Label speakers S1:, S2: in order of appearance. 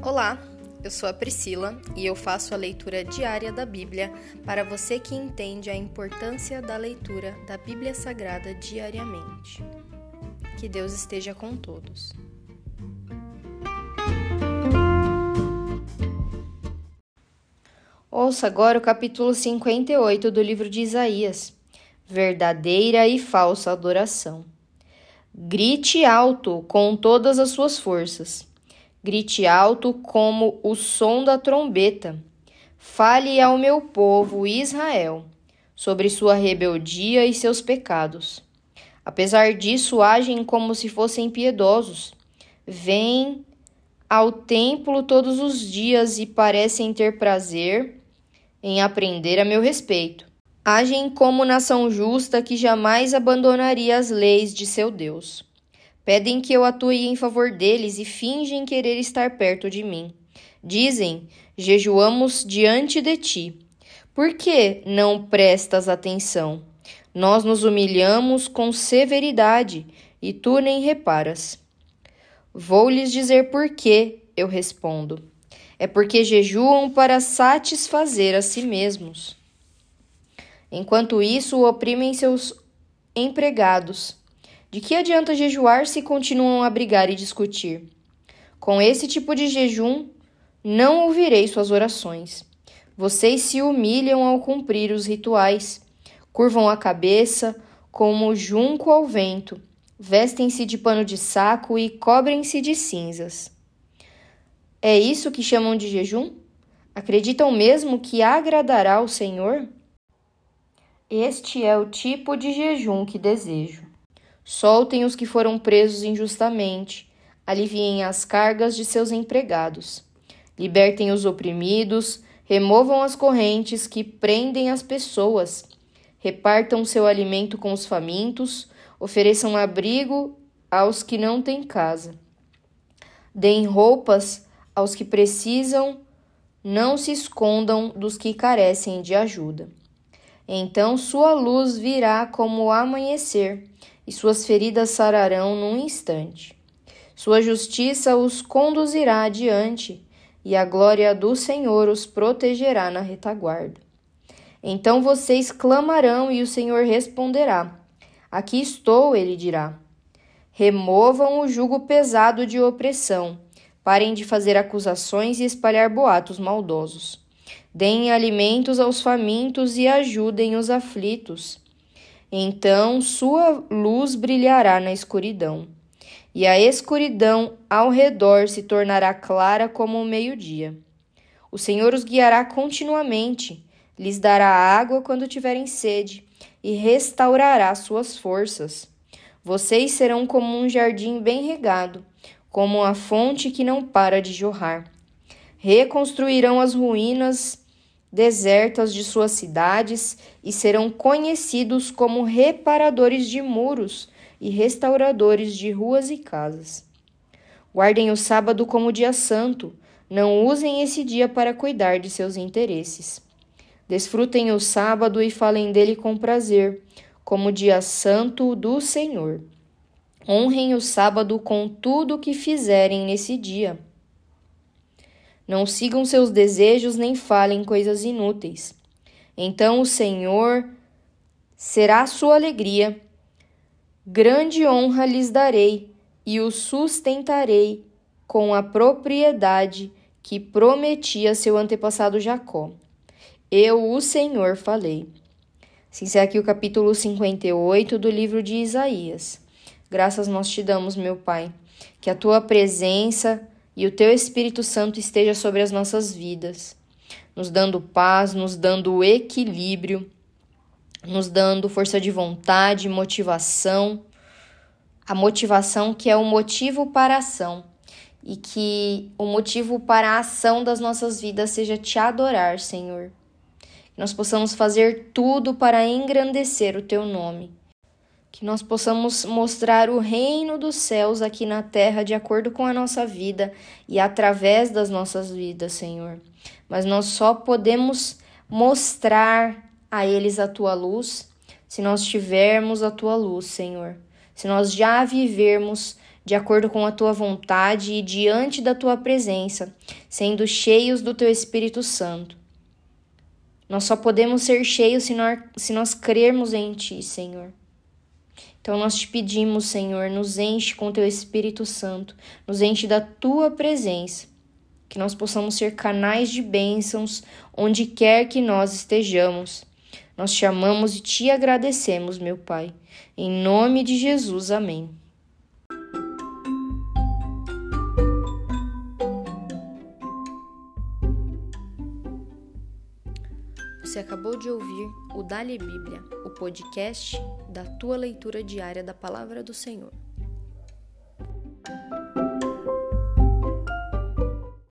S1: Olá, eu sou a Priscila e eu faço a leitura diária da Bíblia para você que entende a importância da leitura da Bíblia Sagrada diariamente. Que Deus esteja com todos. Ouça agora o capítulo 58 do livro de Isaías. Verdadeira e falsa adoração. Grite alto com todas as suas forças. Grite alto como o som da trombeta. Fale ao meu povo Israel sobre sua rebeldia e seus pecados. Apesar disso, agem como se fossem piedosos. Vêm ao templo todos os dias e parecem ter prazer em aprender a meu respeito. Agem como nação justa que jamais abandonaria as leis de seu Deus. Pedem que eu atue em favor deles e fingem querer estar perto de mim. Dizem, jejuamos diante de ti. Por que não prestas atenção? Nós nos humilhamos com severidade e tu nem reparas. Vou lhes dizer por quê, eu respondo. É porque jejuam para satisfazer a si mesmos. Enquanto isso, oprimem seus empregados. De que adianta jejuar se continuam a brigar e discutir? Com esse tipo de jejum, não ouvirei suas orações. Vocês se humilham ao cumprir os rituais, curvam a cabeça como junco ao vento, vestem-se de pano de saco e cobrem-se de cinzas. É isso que chamam de jejum? Acreditam mesmo que agradará ao Senhor? Este é o tipo de jejum que desejo. Soltem os que foram presos injustamente, aliviem as cargas de seus empregados. Libertem os oprimidos, removam as correntes que prendem as pessoas. Repartam seu alimento com os famintos, ofereçam abrigo aos que não têm casa. Deem roupas aos que precisam, não se escondam dos que carecem de ajuda. Então sua luz virá como o amanhecer, e suas feridas sararão num instante. Sua justiça os conduzirá adiante, e a glória do Senhor os protegerá na retaguarda. Então vocês clamarão e o Senhor responderá. Aqui estou, ele dirá. Removam o jugo pesado de opressão. Parem de fazer acusações e espalhar boatos maldosos. Deem alimentos aos famintos e ajudem os aflitos. Então sua luz brilhará na escuridão, e a escuridão ao redor se tornará clara como o meio-dia. O Senhor os guiará continuamente, lhes dará água quando tiverem sede, e restaurará suas forças. Vocês serão como um jardim bem regado, como a fonte que não para de jorrar. Reconstruirão as ruínas desertas de suas cidades e serão conhecidos como reparadores de muros e restauradores de ruas e casas. Guardem o sábado como dia santo, não usem esse dia para cuidar de seus interesses. Desfrutem o sábado e falem dele com prazer, como dia santo do Senhor. Honrem o sábado com tudo o que fizerem nesse dia. Não sigam seus desejos nem falem coisas inúteis. Então o Senhor será sua alegria. Grande honra lhes darei e os sustentarei com a propriedade que prometi a seu antepassado Jacó. Eu, o Senhor, falei. Se encerra aqui o capítulo 58 do livro de Isaías. Graças nós te damos, meu Pai, que a tua presença e o teu Espírito Santo esteja sobre as nossas vidas, nos dando paz, nos dando equilíbrio, nos dando força de vontade, motivação, a motivação que é o motivo para a ação, e que o motivo para a ação das nossas vidas seja te adorar, Senhor. Que nós possamos fazer tudo para engrandecer o teu nome. Que nós possamos mostrar o reino dos céus aqui na terra de acordo com a nossa vida e através das nossas vidas, Senhor. Mas nós só podemos mostrar a eles a tua luz se nós tivermos a tua luz, Senhor. Se nós já vivermos de acordo com a tua vontade e diante da tua presença, sendo cheios do teu Espírito Santo. Nós só podemos ser cheios se nós crermos em ti, Senhor. Então nós te pedimos, Senhor, nos enche com teu Espírito Santo, nos enche da tua presença, que nós possamos ser canais de bênçãos onde quer que nós estejamos. Nós te amamos e te agradecemos, meu Pai. Em nome de Jesus, amém. Você acabou de ouvir o Dali Bíblia, o podcast da tua leitura diária da Palavra do Senhor.